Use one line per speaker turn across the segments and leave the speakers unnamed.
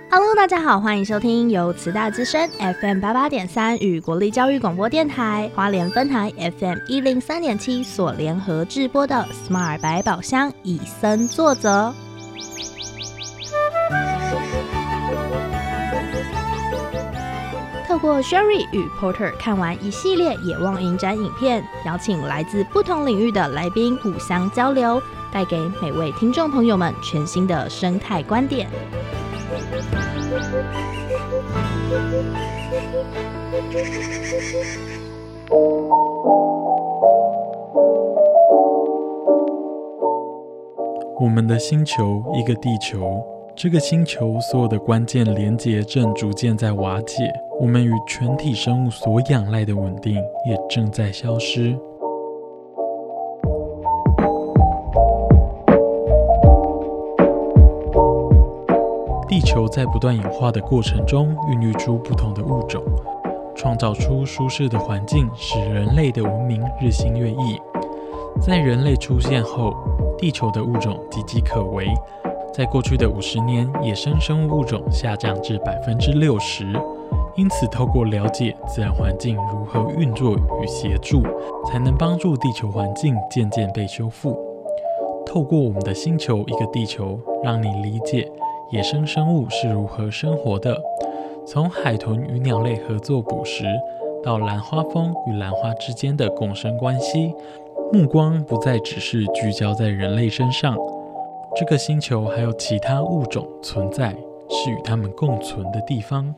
Hello， 大家好，欢迎收听由慈大之声 FM 88.3与国立教育广播电台花莲分台 FM 103.7所联合制播的 Smart 百宝箱以身作则。透过 Sherry 与 Porter 看完一系列野望影展影片，邀请来自不同领域的来宾互相交流，带给每位听众朋友们全新的生态观点。
我们的星球，一个地球，这个星球所有的关键连结正逐渐在瓦解，我们与全体生物所仰赖的稳定也正在消失。地球在不断演化的过程中，孕育出不同的物种，创造出舒适的环境，使人类的文明日新月异。在人类出现后，地球的物种岌岌可危。在过去的50年，野生生物物种下降至60%。因此，透过了解自然环境如何运作与协助，才能帮助地球环境渐渐被修复。透过我们的星球，一个地球，让你理解野生生物是如何生活的，从海豚与鸟类合作捕食，到兰花蜂与兰花之间的共生关系，目光不再只是聚焦在人类身上。这个星球还有其他物种存在，是与它们共存的地方。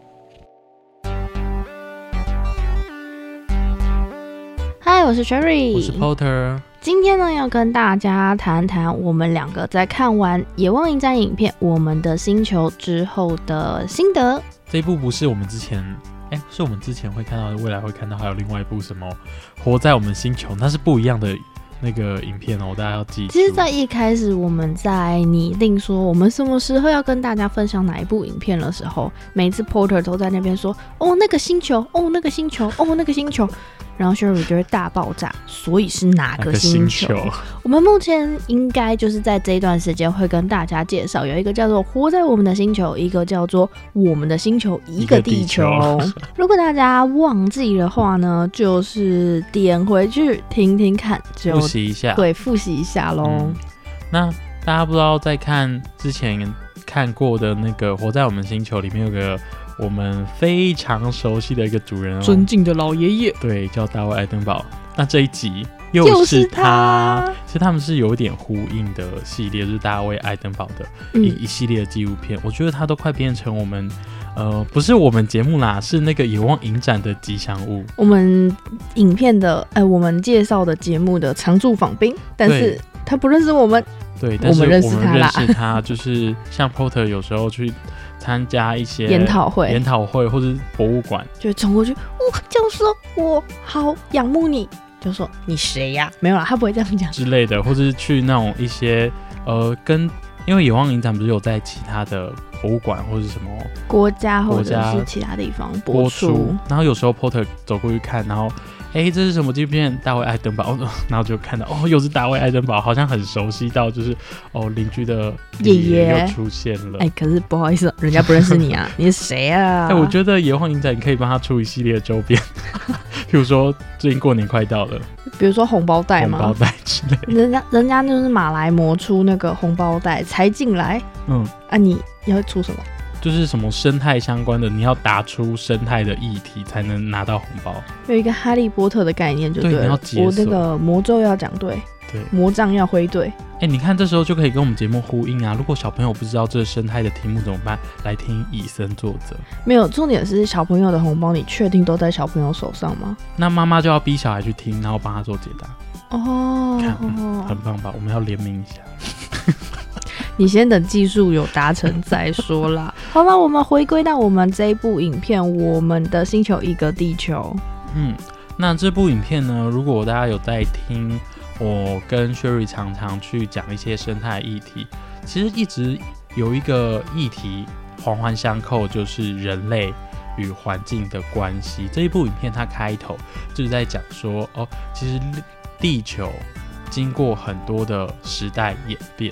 嗨，我是 Sherry，
我是 Porter。
今天呢，要跟大家谈谈我们两个在看完野望影展影片《我们的星球》之后的心得。
这一部不是我们之前，是我们之前会看到的，未来会看到还有另外一部什么《活在我们星球》，那是不一样的那个影片哦，大家要记住。
其实，在一开始我们在拟定说我们什么时候要跟大家分享哪一部影片的时候，每次 Porter 都在那边说：“哦，那个星球，哦，那个星球，哦，那个星球。”然后 Sherry 就会大爆炸，所以是哪个星球？我们目前应该就是在这一段时间会跟大家介绍，有一个叫做活在我们的星球，一个叫做我们的星球，一个地球。如果大家忘记的话呢，就是点回去听听看，就
复习一下，
对，复习一下咯。
那大家不知道在看之前看过的那个活在我们星球里面有个我们非常熟悉的一个主人
尊敬的老爷爷，
对，叫大卫·爱登堡。那这一集又是他，其实他们是有点呼应的系列，就是大卫·爱登堡的一系列的纪录片。我觉得它都快变成我们不是我们节目啦，是那个野望影展的吉祥物。
我们影片的我们介绍的节目的常驻访宾，但是他不认识我们。
对，但是我们认
识
他，就是像 Porter 有时候去参加一些
研讨会
或者博物馆，
就冲过去，教授，我好仰慕你，就说你谁呀？没有啦，他不会这样讲
之类的，或者是去那种一些因为野望影展不是有在其他的博物馆或者什么
国家或者是其他地方播出，
然后有时候 Porter 走过去看，然后这是什么纪录片？大卫·爱登堡，然后就看到又是大卫·爱登堡，好像很熟悉到就是邻居的爷爷又出现了。
可是不好意思，人家不认识你啊，你是谁啊？
我觉得野望影展可以帮他出一系列的周边，譬如说最近过年快到了，
比如说红包袋嘛，
红包袋之类的。
人家就是马来貘出那个红包袋才进来，你要出什么？
就是什么生态相关的，你要打出生态的议题才能拿到红包。
有一个哈利波特的概念就对了，
你要解锁，
我那个魔咒要讲对，魔杖要挥对。
你看这时候就可以跟我们节目呼应啊！如果小朋友不知道这生态的题目怎么办，来听以身作则。没
有，重点是小朋友的红包，你确定都在小朋友手上吗？
那妈妈就要逼小孩去听，然后帮他做解答。看，很棒吧？我们要联名一下。
你先等技术有达成再说啦。好了，我们回归到我们这一部影片《我们的星球，一个地球》。
那这部影片呢，如果大家有在听我跟 Sherry 常常去讲一些生态议题，其实一直有一个议题环环相扣，就是人类与环境的关系。这一部影片它开头就是在讲说，其实地球经过很多的时代演变，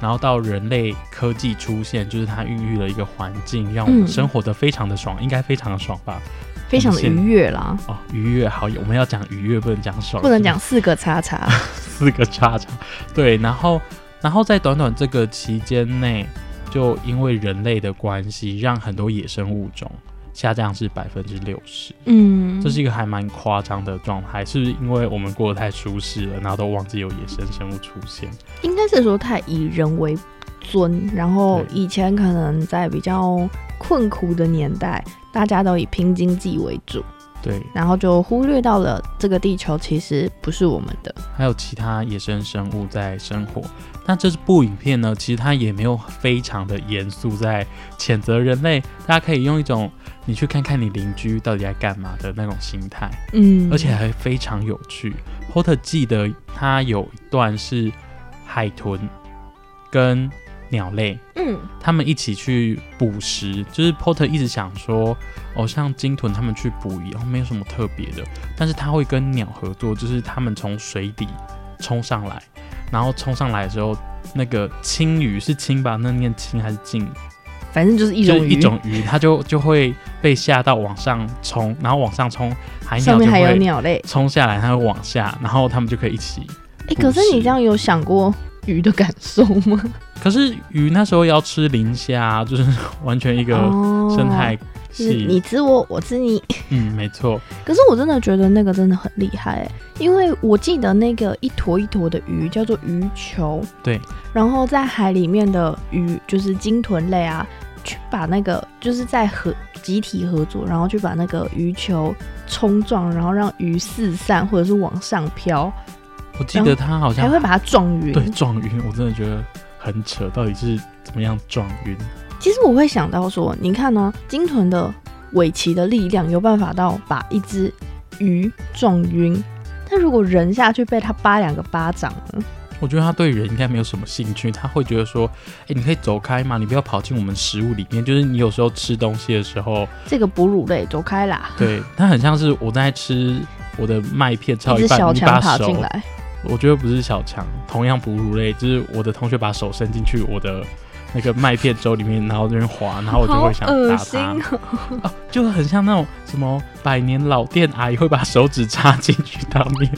然后到人类科技出现，就是它孕育了一个环境，让我们生活得非常的爽，应该非常的爽吧？
非常的愉悦啦。
哦，愉悦好，我们要讲愉悦，不能讲爽，
不能讲4个叉叉。
4个叉叉，对，然后在短短这个期间内，就因为人类的关系，让很多野生物种下降至60%。这是一个还蛮夸张的状态，是不是因为我们过得太舒适了，然后都忘记有野生生物出现？
应该是说太以人为尊，然后以前可能在比较困苦的年代，大家都以拼经济为主，
对，
然后就忽略到了这个地球其实不是我们的，
还有其他野生生物在生活。但这部影片呢，其实它也没有非常的严肃在谴责人类，大家可以用一种你去看看你邻居到底在干嘛的那种心态，而且还非常有趣。Porter 记得他有一段是海豚跟鸟类，他们一起去捕食，就是 Porter 一直想说，像鲸豚他们去捕鱼，没有什么特别的，但是他会跟鸟合作，就是他们从水底冲上来，然后冲上来的时候，那个青鱼是青吧？那念青还是鲸？
反正就是一种鱼，
它就会被吓到往上冲，然后往上冲，海鸟
上面还有鸟类
冲下来，它会往下，然后他们就可以一起。
可是你这样有想过鱼的感受吗？
可是鱼那时候要吃磷虾，就是完全一个生态系，
你吃我，我吃你。
没错。
可是我真的觉得那个真的很厉害，因为我记得那个一坨一坨的鱼叫做鱼球，
对。
然后在海里面的鱼，就是鲸豚类啊，去把那个就是在集体合作，然后去把那个鱼球冲撞，然后让鱼四散或者是往上飘。
我记得他好像
还会把它撞晕，
对，撞晕，我真的觉得很扯，到底是怎么样撞晕？
其实我会想到说，你看呢，鲸豚的尾鳍的力量有办法到把一只鱼撞晕，但如果人下去被他扒2个巴掌呢？
我觉得他对人应该没有什么兴趣，他会觉得说，你可以走开嘛，你不要跑进我们食物里面。就是你有时候吃东西的时候，
这个哺乳类走开啦。
对，它很像是我在吃我的麦片，超一半，
小强
爬
进来。
我觉得不是小强，同样哺乳类，就是我的同学把手伸进去我的那个麦片粥里面，然后这边滑，然后我就会想打他。就很像那种什么百年老店阿姨会把手指插进去当面。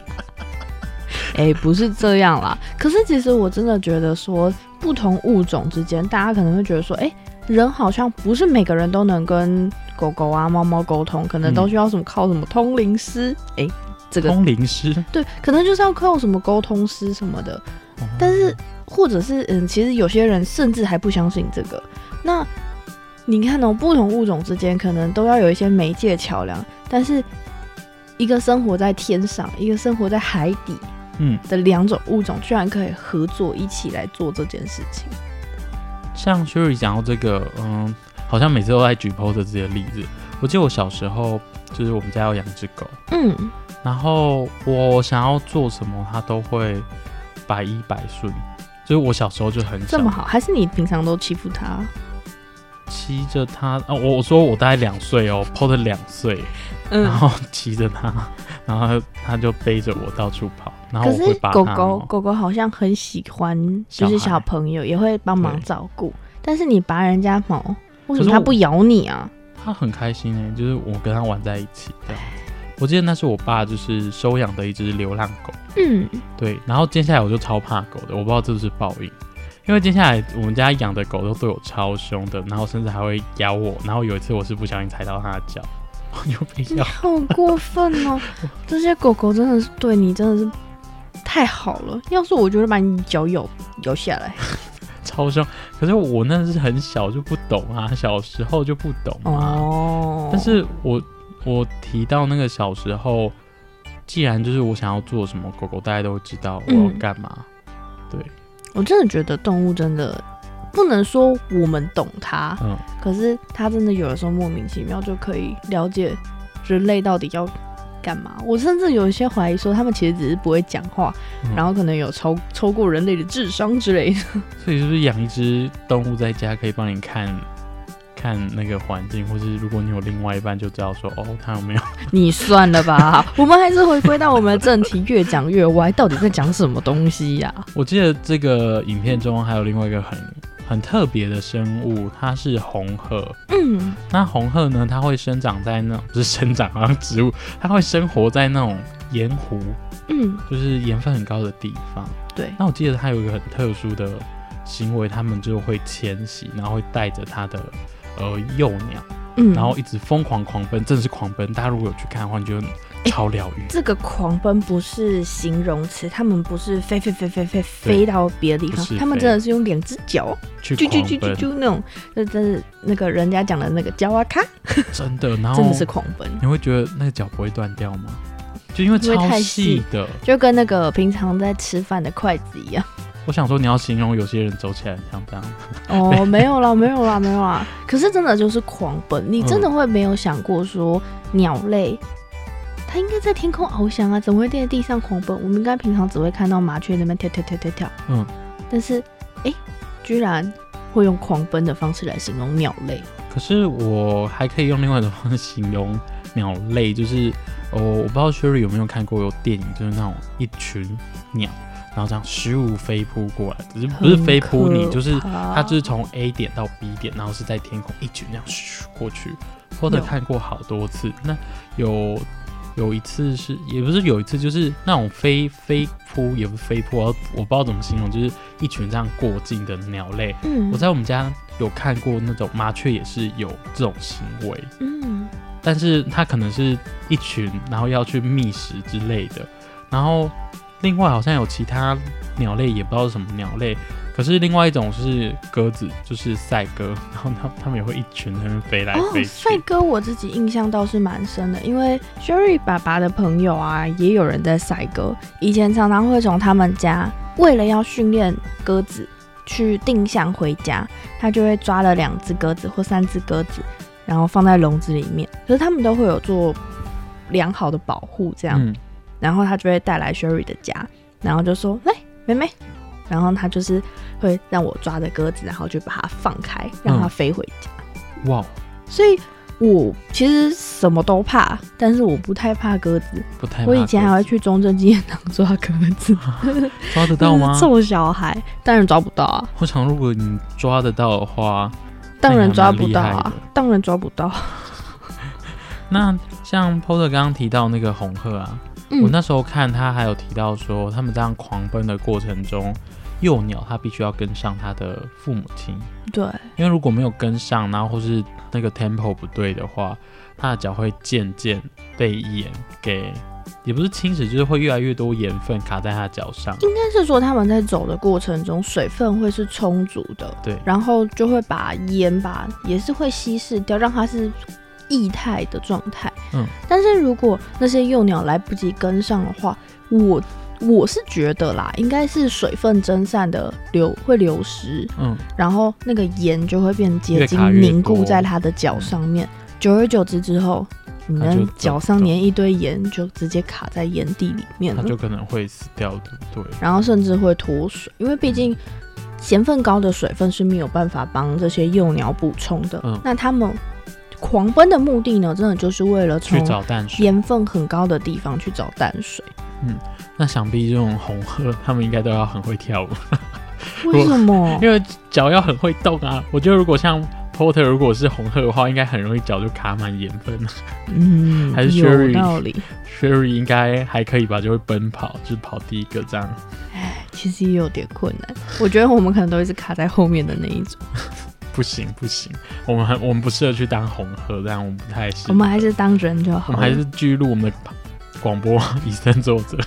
不是这样啦。可是其实我真的觉得说，不同物种之间，大家可能会觉得说，人好像不是每个人都能跟狗狗啊、猫猫沟通，可能都需要靠什么通灵师。这个
通灵师，
对，可能就是要靠什么沟通师什么的。但是或者是其实有些人甚至还不相信这个。那你看不同物种之间可能都要有一些媒介桥梁，但是一个生活在天上，一个生活在海底的2种物种，居然可以合作一起来做这件事情。
像 Sherry 讲到这个，好像每次都在举 Porter 自己的例子。我记得我小时候，就是我们家要养只狗，然后我想要做什么，它都会百依百顺。就是我小时候就很小，
这么好，还是你平常都欺负它？
骑着它我说我大概2岁，Porter 2岁，然后骑着它，然后它就背着我到处跑，然后我会拔它。可
是狗狗好像很喜欢，就是小朋友也会帮忙照顾，但是你拔人家毛，为什么它不咬你啊？
它很开心就是我跟它玩在一起这样。我记得那是我爸就是收养的一只流浪狗，对。然后接下来我就超怕狗的，我不知道这是报应，因为接下来我们家养的狗都对我超凶的，然后甚至还会咬我。然后有一次我是不小心踩到它的脚，我就被咬。
好过分哦！这些狗狗真的是对你真的是太好了，要是我就会把你脚咬下来。
超凶，可是我那是很小就不懂啊，小时候就不懂啊。但是我提到那个小时候，既然就是我想要做什么，狗狗大家都会知道我要干嘛。对，
我真的觉得动物真的不能说我们懂它，可是它真的有的时候莫名其妙就可以了解人类到底要干嘛。我甚至有一些怀疑说，他们其实只是不会讲话，然后可能有超过人类的智商之类的。
所以是不是养一只动物在家可以帮你看看那个环境，或是如果你有另外一半就知道说他有没有。
你算了吧，我们还是回归到我们的正题，越讲越歪，到底在讲什么东西呀？
我记得这个影片中还有另外一个很特别的生物，它是红鹤。那红鹤呢，它会生长在那不是生长好像植物，它会生活在那种盐湖，就是盐分很高的地方。
对。
那我记得它有一个很特殊的行为，他们就会迁徙，然后会带着它的幼鸟，然后一直疯狂狂奔，真的是狂奔。大家如果有去看的话，你就超疗愈。这
个狂奔不是形容词，他们不是飞到别的地方，他们真的是用2只脚
去狂奔，
那种，就是那个人家讲的那个脚啊卡，
真的，然后
真的是狂奔。
你会觉得那个脚不会断掉吗？就因为超细的，
就跟那个平常在吃饭的筷子一样。
我想说，你要形容有些人走起来像这样。
没有啦。可是真的就是狂奔，你真的会没有想过说鸟类，它应该在天空翱翔啊，怎么会在地上狂奔？我们应该平常只会看到麻雀在那边跳。但是居然会用狂奔的方式来形容鸟类。
可是我还可以用另外一种方式形容鸟类，就是我不知道 Sherry 有没有看过有电影，就是那种一群鸟。然后这样虚无飞扑过来，只是不是飞扑你，就是它就是从 A 点到 B 点，然后是在天空一群这样嘘过去。或者看过好多次，那有一次是也不是有一次，就是那种飞扑也不是飞扑，我不知道怎么形容，就是一群这样过境的鸟类。我在我们家有看过那种麻雀也是有这种行为，但是它可能是一群，然后要去觅食之类的，然后。另外好像有其他鸟类，也不知道是什么鸟类，可是另外一种是鸽子，就是赛鸽，然后他们也会一群在那边飞来飞去。
赛鸽我自己印象倒是蛮深的，因为 Sherry 爸爸的朋友啊，也有人在赛鸽，以前常常会从他们家为了要训练鸽子去定向回家，他就会抓了2只鸽子或3只鸽子，然后放在笼子里面，可是他们都会有做良好的保护这样。然后他就会带来 Sherry 的家，然后就说来妹妹，然后他就是会让我抓着鸽子，然后就把它放开，让它飞回家。
哇！
所以我其实什么都怕，但是我不太怕鸽子。我以前还会去中正纪念堂抓鸽子，
抓得到吗？
臭小孩，当然抓不到啊。
我想如果你抓得到的话，
当然抓不到啊，当然抓不到。
那像 Porter 刚刚提到那个红鹤啊。我那时候看他还有提到说，他们这样狂奔的过程中，幼鸟它必须要跟上它的父母亲。
对，
因为如果没有跟上，然后或是那个 tempo 不对的话，它的脚会渐渐被盐给，也不是侵蚀，就是会越来越多盐分卡在它的脚上。
应该是说他们在走的过程中，水分会是充足的，
对，
然后就会把盐也是会稀释掉，让它是液态的状态。但是如果那些幼鸟来不及跟上的话，我是觉得啦，应该是水分蒸散的会流失，然后那个盐就会变结晶凝固在它的脚上面，久而久之之后，你的脚上粘一堆盐，就直接卡在盐地里面了，
它就可能会死掉的，对。
然后甚至会脱水，因为毕竟咸分高的水分是没有办法帮这些幼鸟补充的。那他们狂奔的目的呢，真的就是为了从盐分很高的地方去找淡水。
那想必这种红鹤，他们应该都要很会跳舞。
为什么？
因为脚要很会动啊。我觉得如果像 Porter 如果是红鹤的话，应该很容易脚就卡满盐分。还是 Sherry
有道理。
Sherry 应该还可以吧，就会奔跑，就是跑第一个这样。
其实也有点困难。我觉得我们可能都一直卡在后面的那一种。
不行，我们不适合去当红鹤，这样我们不太适合。
我们还是当人就好。
我们还是继续录我们的广播以身作则。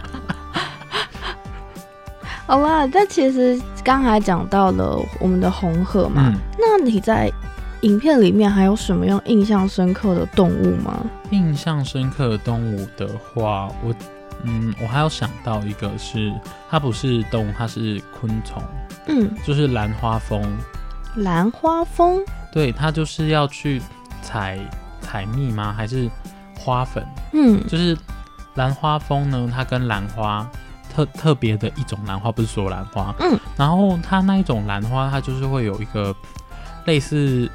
好啦，但其实刚才讲到了我们的红鹤嘛，那你在影片里面还有什么样印象深刻的动物吗？
印象深刻的动物的话，我还有想到一个是，它不是动物，它是昆虫，就是兰花蜂。
兰花蜂，
对，它就是要去采蜜吗？还是花粉？就是兰花蜂呢，它跟兰花特别的一种兰花，不是所有兰花。然后它那一种兰花，它就是会有一个类似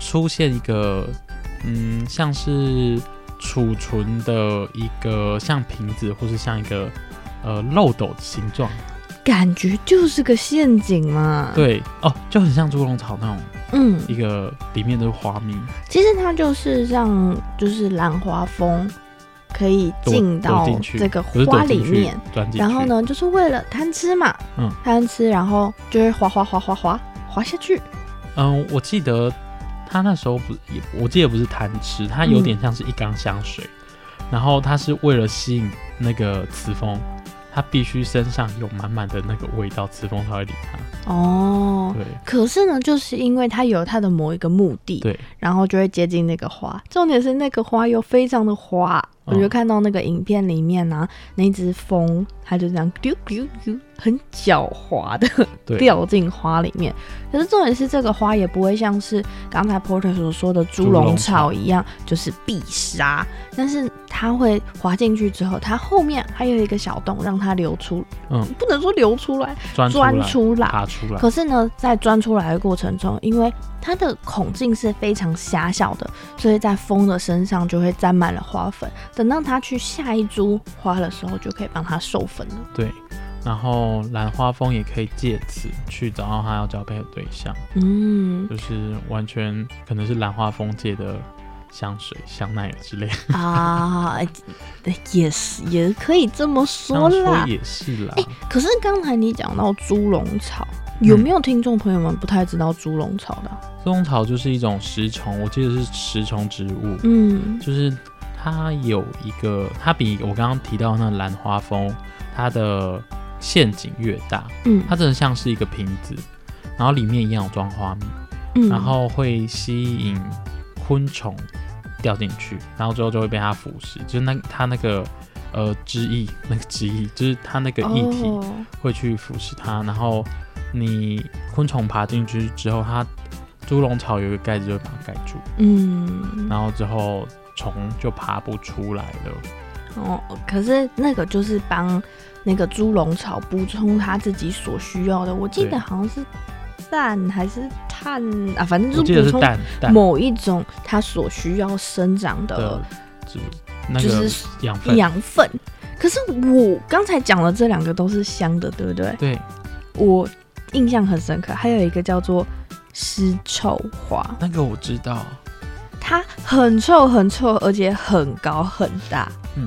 出现一个像是储存的一个像瓶子，或是像一个漏斗的形状，
感觉就是个陷阱嘛。
对哦，就很像猪笼草那种，一个里面的花蜜。
其实它就是让就是兰花蜂可以进到这个花里面，然后呢，就是为了贪吃嘛，贪吃，然后就会滑下去。
我记得他那时候我记得不是贪吃，他有点像是一缸香水，然后他是为了吸引那个雌蜂，他必须身上有满满的那个味道，雌蜂才会理他。
哦，
对。
可是呢，就是因为他有他的某一个目的，
对，
然后就会接近那个花。重点是那个花又非常的滑，我就看到那个影片里面啊，那只蜂它就这样丢丢丢，很狡猾的掉进花里面。可是重点是这个花也不会像是刚才 Porter 所说的猪笼草一样，就是必杀，但是它会滑进去之后，它后面还有一个小洞让它流出，不能说流出来，钻出来，爬出来。可是呢，在钻出来的过程中，因为它的孔径是非常狭小的，所以在蜂的身上就会沾满了花粉。等到它去下一株花的时候，就可以帮它授粉了。
对，然后兰花蜂也可以借此去找到它要交配的对象。就是完全可能是兰花蜂界的香水、香奈儿之类的
啊，也可以这么说啦，
也是啦。
可是刚才你讲到猪笼草，有没有听众朋友们不太知道猪笼草的？
猪笼草就是一种食虫，我记得是食虫植物。就是它有一个，它比我刚刚提到那兰花蜂，它的陷阱越大，它真的像是一个瓶子，然后里面一样有装花蜜，然后会吸引昆虫掉进去，然后之后就会被它腐蚀，就是它那个汁液，就是它那个液体会去腐蚀它，然后你昆虫爬进去之后，它猪笼草有一个盖子就会把它盖住，然后之后虫就爬不出来了。
可是那个就是帮那个猪笼草补充它自己所需要的，我记得好像是氮还是碳啊，反正就是补充某一种它所需要生长的就是养分。可是我刚才讲的这两个都是香的，对不对？
对，
我印象很深刻，还有一个叫做尸臭花，
那个我知道，
它很臭很臭，而且很高很大。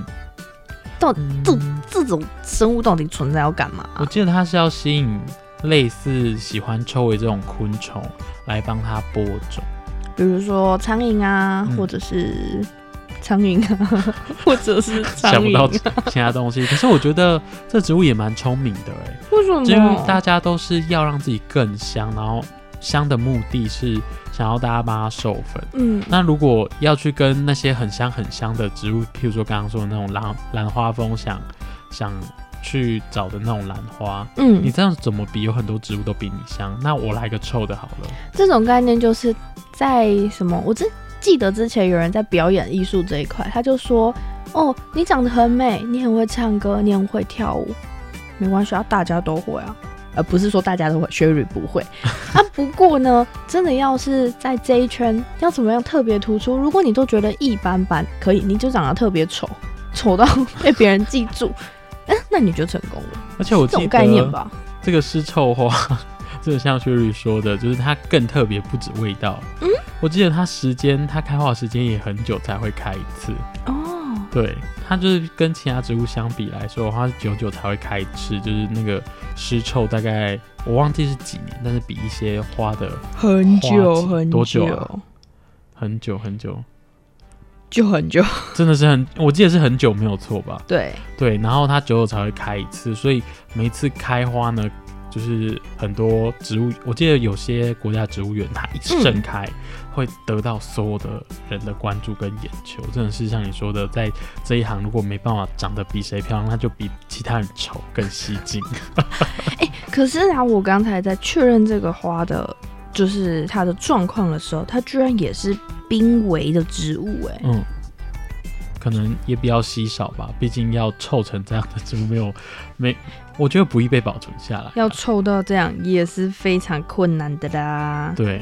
这种生物到底存在要干嘛？
我记得它是要吸引类似喜欢臭味这种昆虫来帮它播种，
比如说苍蝇啊，或者是苍蝇啊，或者是苍蝇、啊，想不
到其他东西。可是我觉得这植物也蛮聪明的哎，
为什么？
因为大家都是要让自己更香，然后香的目的是想要大家帮它授粉。那如果要去跟那些很香很香的植物，譬如说刚刚说的那种兰花蜂想去找的那种兰花，你这样怎么比？有很多植物都比你香，那我来个臭的好了。
这种概念就是在什么？我记得之前有人在表演艺术这一块，他就说：“哦，你长得很美，你很会唱歌，你很会跳舞，没关系啊，大家都会啊。”不是说大家都会 ，Sherry 不会啊。不过呢，真的要是在这一圈要怎么样特别突出？如果你都觉得一般般，可以，你就长得特别丑，丑到被别人记住，那你就成功了。
而且我记得
这种概念吧，这
个尸臭花，真的像 Sherry 说的，就是它更特别，不止味道。我记得它开花的时间也很久才会开一次。对，它就是跟其他植物相比来说，它是久久才会开一次，就是那个尸臭大概我忘记是几年，但是比一些花的
很久很
多久啊？很久，
就很久，
真的是我记得是很久没有错吧？
对，
然后它久久才会开一次，所以每一次开花呢，就是很多植物，我记得有些国家植物园它一盛开，会得到所有的人的关注跟眼球，真的是像你说的，在这一行如果没办法长得比谁漂亮，那就比其他人丑更吸睛。
可是啊，我刚才在确认这个花的，就是它的状况的时候，它居然也是濒危的植物
可能也比较稀少吧，毕竟要臭成这样的植物我觉得不易被保存下来。
要臭到这样也是非常困难的啦。
对，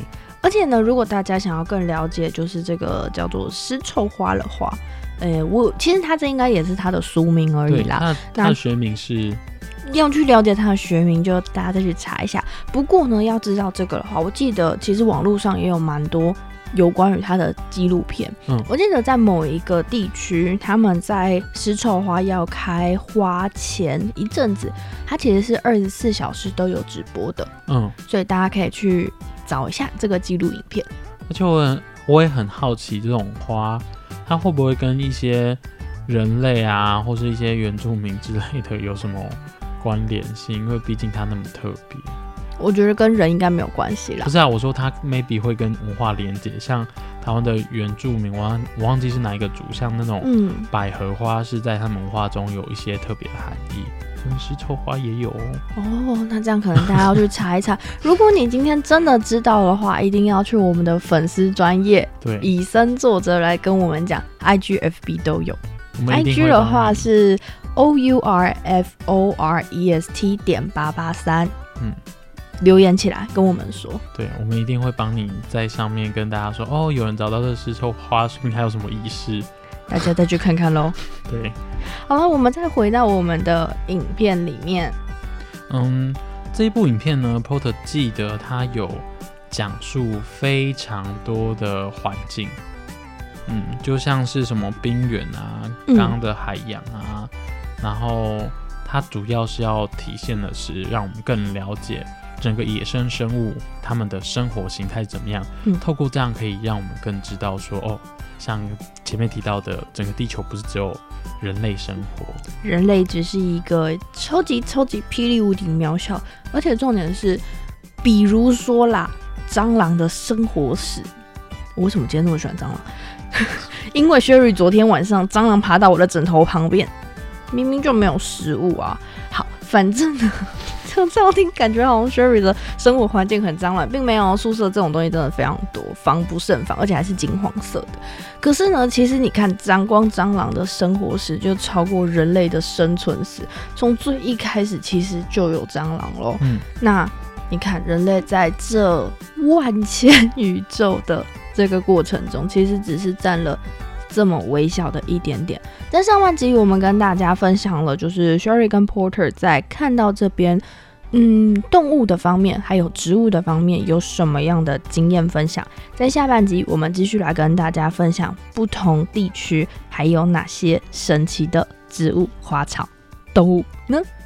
而且呢，如果大家想要更了解就是这个叫做尸臭花的话，其实它这应该也是它的俗名而已啦。
它的学名是
要去了解它的学名，就大家再去查一下。不过呢，要知道这个的话，我记得其实网络上也有蛮多有关于它的纪录片。我记得在某一个地区，他们在尸臭花要开花前一阵子，它其实是24小时都有直播的。所以大家可以去找一下这个纪录影片。
而且我也很好奇，这种花它会不会跟一些人类啊，或是一些原住民之类的有什么关联性？因为毕竟它那么特别。
我觉得跟人应该没有关系啦。
不是啊，我说它 maybe 会跟文化连结，像台湾的原住民，我忘记是哪一个族，像那种百合花是在他们文化中有一些特别的含义，跟尸臭花也有哦。
那这样可能大家要去查一查。如果你今天真的知道的话，一定要去我们的粉丝专页，
对，
以身作则来跟我们讲 ，IG、FB 都有。
IG
的话是 OURFOREST.883，留言起来跟我们说。
对，我们一定会帮你在上面跟大家说，有人找到这尸臭花，说明还有什么仪式，
大家再去看看咯。
对，
好了，我们再回到我们的影片里面。
这一部影片呢 ，Porter 记得他有讲述非常多的环境。就像是什么冰原啊，刚刚的海洋啊，然后它主要是要体现的是让我们更了解整个野生生物它们的生活形态怎么样。透过这样可以让我们更知道说，像前面提到的，整个地球不是只有人类生活，
人类只是一个超级超级霹雳无敌渺小，而且重点是，比如说啦，蟑螂的生活史。我为什么今天那么喜欢蟑螂？因为 Sherry 昨天晚上蟑螂爬到我的枕头旁边，明明就没有食物啊。好，反正呢，这样听感觉好像 Sherry 的生活环境很脏乱，并没有。宿舍这种东西真的非常多，防不胜防，而且还是金黄色的。可是呢，其实你看光蟑螂的生活史就超过人类的生存史，从最一开始其实就有蟑螂咯。那你看人类在这万千宇宙的这个过程中，其实只是占了这么微小的一点点。在上半集我们跟大家分享了，就是 Sherry 跟 Porter 在看到这边动物的方面还有植物的方面有什么样的经验分享。在下半集我们继续来跟大家分享不同地区还有哪些神奇的植物、花草、动物呢？